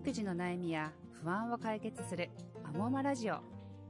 育児の悩みや不安を解決するアモマラジオ。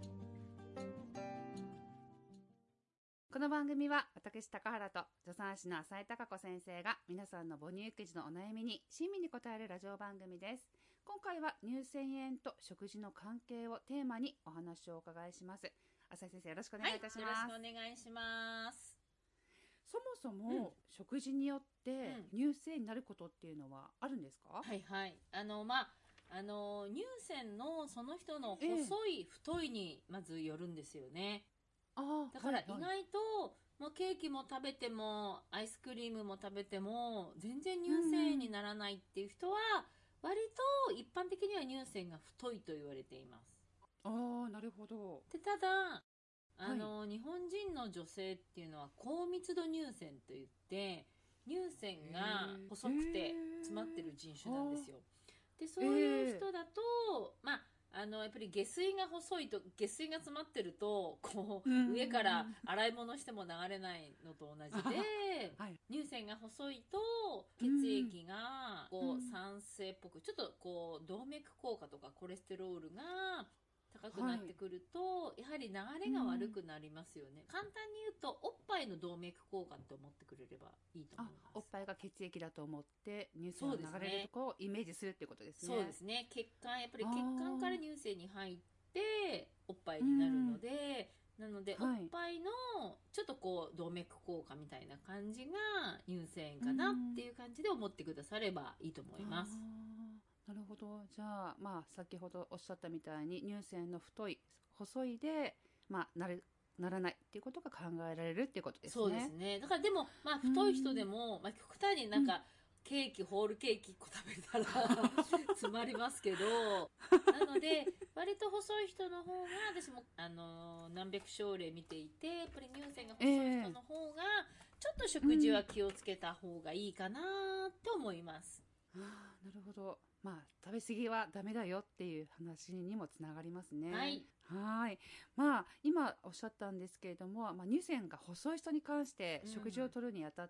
この番組は私高原と助産師の浅井貴子先生が皆さんの母乳育児のお悩みに親身に答えるラジオ番組です。今回は乳腺炎と食事の関係をテーマにお話をお伺いします。浅井先生、よろしくお願いいたします。 よろしくお願いします。 そもそも、食事によって乳腺になることっていうのはあるんですか？ はいはい。乳腺のその人の細い、太いにまずよるんですよね。だから意外と、もうケーキも食べてもアイスクリームも食べても全然乳腺炎にならないっていう人は、割と一般的には乳腺が太いと言われています。 なるほど。 でただ日本人の女性っていうのは高密度乳腺といって乳腺が細くて詰まってる人種なんですよ。でそういう人だと、やっぱり下水が細いと、下水が詰まってるとこう、上から洗い物しても流れないのと同じで、乳腺が細いと血液がこう酸性っぽく、ちょっとこう動脈硬化とかコレステロールが高くなってくると、やはり流れが悪くなりますよね。簡単に言うとおっぱいの動脈硬化って思ってくれればいいと思います。 おっぱいが血液だと思って乳腺を流れるところをイメージするっていうことですね。 そうですね。血管、やっぱり血管から乳腺に入っておっぱいになるので、なので、おっぱいのちょっとこう動脈硬化みたいな感じが乳腺かなっていう感じで思ってくださればいいと思います。 なるほど。じゃあ、先ほどおっしゃったみたいに乳腺の太い細いで、ならないっていうことが考えられるっていうことですね。 そうですね。だからでも、太い人でも、極端にケーキ、ホールケーキ1個食べたら詰まりますけど、なので、割と細い人の方が、私も、何百症例見ていて、やっぱり乳腺が細い人の方が、ちょっと食事は気をつけた方がいいかなって思います。 なるほど。食べ過ぎはダメだよっていう話にもつながりますね。はい。今おっしゃったんですけれども、乳腺が細い人に関して食事をとるにあたって、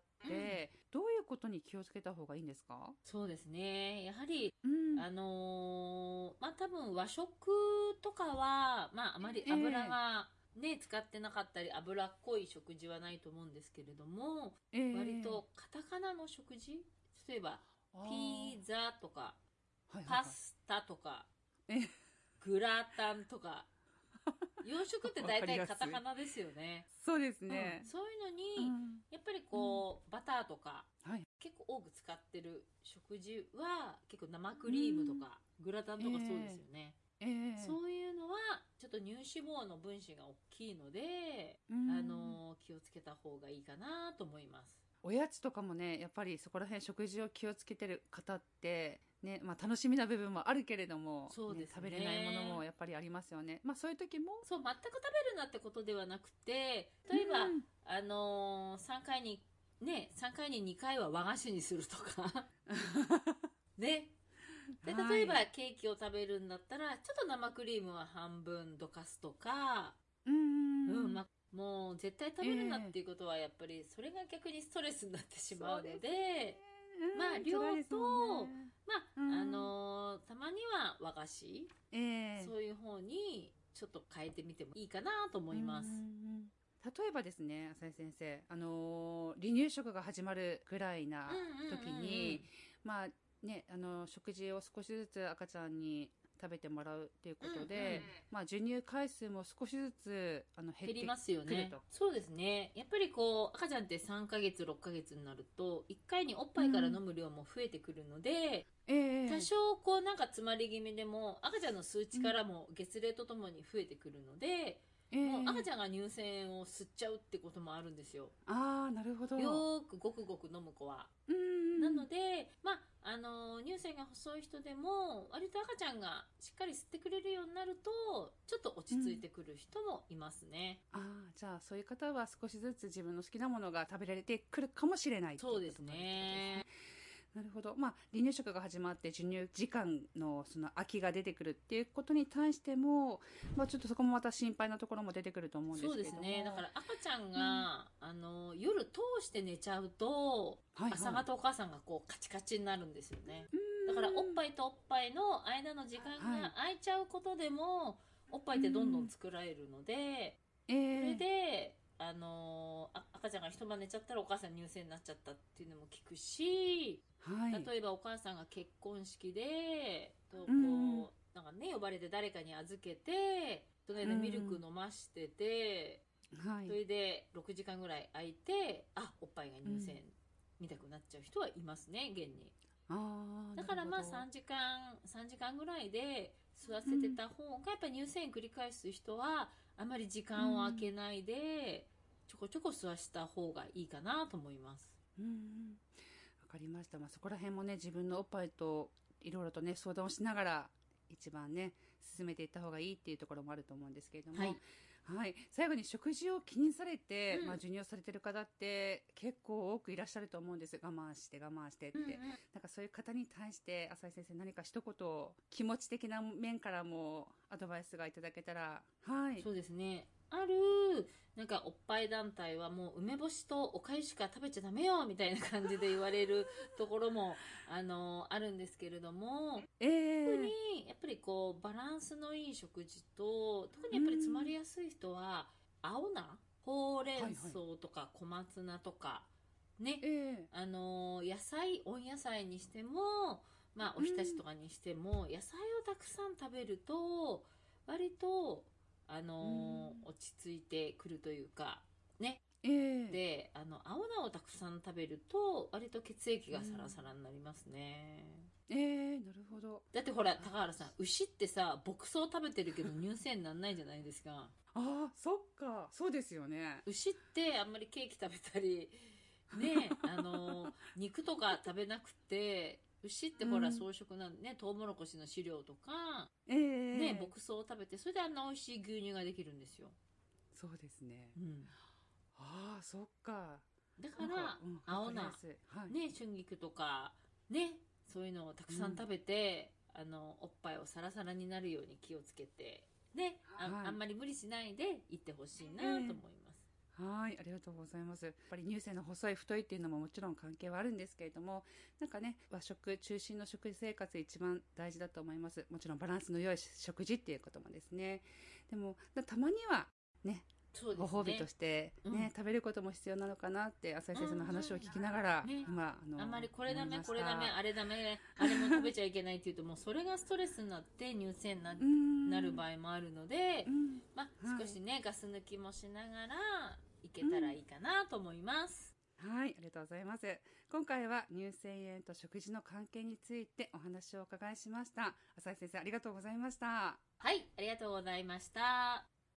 どういうことに気をつけた方がいいんですか？ そうですね。やはり、多分和食とかは、あまり油が使ってなかったり、脂っこい食事はないと思うんですけれども、割とカタカナの食事、例えば、ピザとか、パスタとか、グラタンとか、洋食って大体カタカナですよね。 そうですね。 そういうのに、やっぱりバターとか、結構多く使ってる食事は、結構生クリームとか、グラタンとかそうですよね。そういうのは、ちょっと乳脂肪の分子が大きいので、気をつけた方がいいかなと思います。 おやつとかもね、やっぱりそこら辺食事を気をつけてる方ってね、楽しみな部分もあるけれども、 そうですね、 食べれないものもやっぱりありますよね。そういう時も全く食べるなってことではなくて、例えば、3回に2回は和菓子にするとかね。で、例えばケーキを食べるんだったら、ちょっと生クリームは半分どかすとか、もう絶対食べるなっていうことはやっぱりそれが逆にストレスになってしまうので、量と、たまには和菓子、そういう方にちょっと変えてみてもいいかなと思います。 例えばですね、浅井先生、離乳食が始まるぐらいな時に、食事を少しずつ赤ちゃんに食べてもらうっていうことで、授乳回数も少しずつ減りますよね。そうですね。やっぱり赤ちゃんって3ヶ月、6ヶ月になると、1回におっぱいから飲む量も増えてくるので、多少詰まり気味でも、赤ちゃんの数値からも月齢とともに増えてくるので、もう赤ちゃんが乳腺を吸っちゃうってこともあるんですよ。 なるほど。 よーくごくごく飲む子は。なので、乳腺が細い人でも、割と赤ちゃんがしっかり吸ってくれるようになると、ちょっと落ち着いてくる人もいますね。 じゃあそういう方は少しずつ自分の好きなものが食べられてくるかもしれないっていうことですね。 そうですね。 なるほど。離乳食が始まって授乳時間のその空きが出てくるっていうことに対しても、ちょっとそこもまた心配なところも出てくると思うんですけども。 そうですね。だから赤ちゃんが、夜通して寝ちゃうと、朝方お母さんがカチカチになるんですよね。 だからおっぱいとおっぱいの間の時間が空いちゃうことでも、おっぱいってどんどん作られるので、それで赤ちゃんが一晩寝ちゃったらお母さん乳腺になっちゃったっていうのも聞くし、例えばお母さんが結婚式でこうなんかね呼ばれて誰かに預けてそれでミルク飲ましてて、それで6時間ぐらい空いておっぱいが乳腺見たくなっちゃう人はいますね、現に。だからまあ3時間ぐらいで吸わせてた方が、やっぱり乳腺繰り返す人はあまり時間を空けないで、ちょこちょこ吸わした方がいいかなと思います。 わかりました。そこら辺もね、自分のおっぱいといろいろとね、相談をしながら、一番ね、進めていった方がいいっていうところもあると思うんですけれども、最後に食事を気にされて、授乳されてる方って結構多くいらっしゃると思うんです。我慢してって、なんかそういう方に対して浅井先生、何か一言気持ち的な面からもアドバイスがいただけたら。 そうですね、なんかおっぱい団体はもう梅干しとおかゆしか食べちゃダメよみたいな感じで言われるところもあるんですけれども、特にやっぱりこうバランスのいい食事と、特にやっぱり詰まりやすい人は青菜、ほうれん草とか小松菜とかね、野菜、温野菜にしても、おひたしとかにしても、野菜をたくさん食べると割と落ち着いてくるというかね、で青菜をたくさん食べると割と血液がサラサラになりますね。 なるほど。 だってほら高原さん、牛ってさ牧草食べてるけど乳腺になんないじゃないですか。 そっか、そうですよね。 牛ってあんまりケーキ食べたりね肉とか食べなくて、牛ってほら草食なんでね、トウモロコシの飼料とか、ね、牧草を食べて、それであんな美味しい牛乳ができるんですよ。 そうですね。そっか。 だから青菜、ね、春菊とかね、そういうのをたくさん食べて、おっぱいをサラサラになるように気をつけてね、あんまり無理しないでいってほしいなと思います。 ありがとうございます。やっぱり乳腺の細い太いっていうのももちろん関係はあるんですけれども、なんかね、和食中心の食生活一番大事だと思います。もちろんバランスの良い食事っていうこともですね。でもたまにはね、ご褒美としてね、食べることも必要なのかなって浅井先生の話を聞きながら、今あんまりこれダメあれダメあれも食べちゃいけないっていうと、もうそれがストレスになって乳腺になる場合もあるので、少しねガス抜きもしながらいけたらいいかなと思います。 ありがとうございます。今回は乳腺炎と食事の関係についてお話をお伺いしました。浅井先生、ありがとうございました。 はい、ありがとうございました。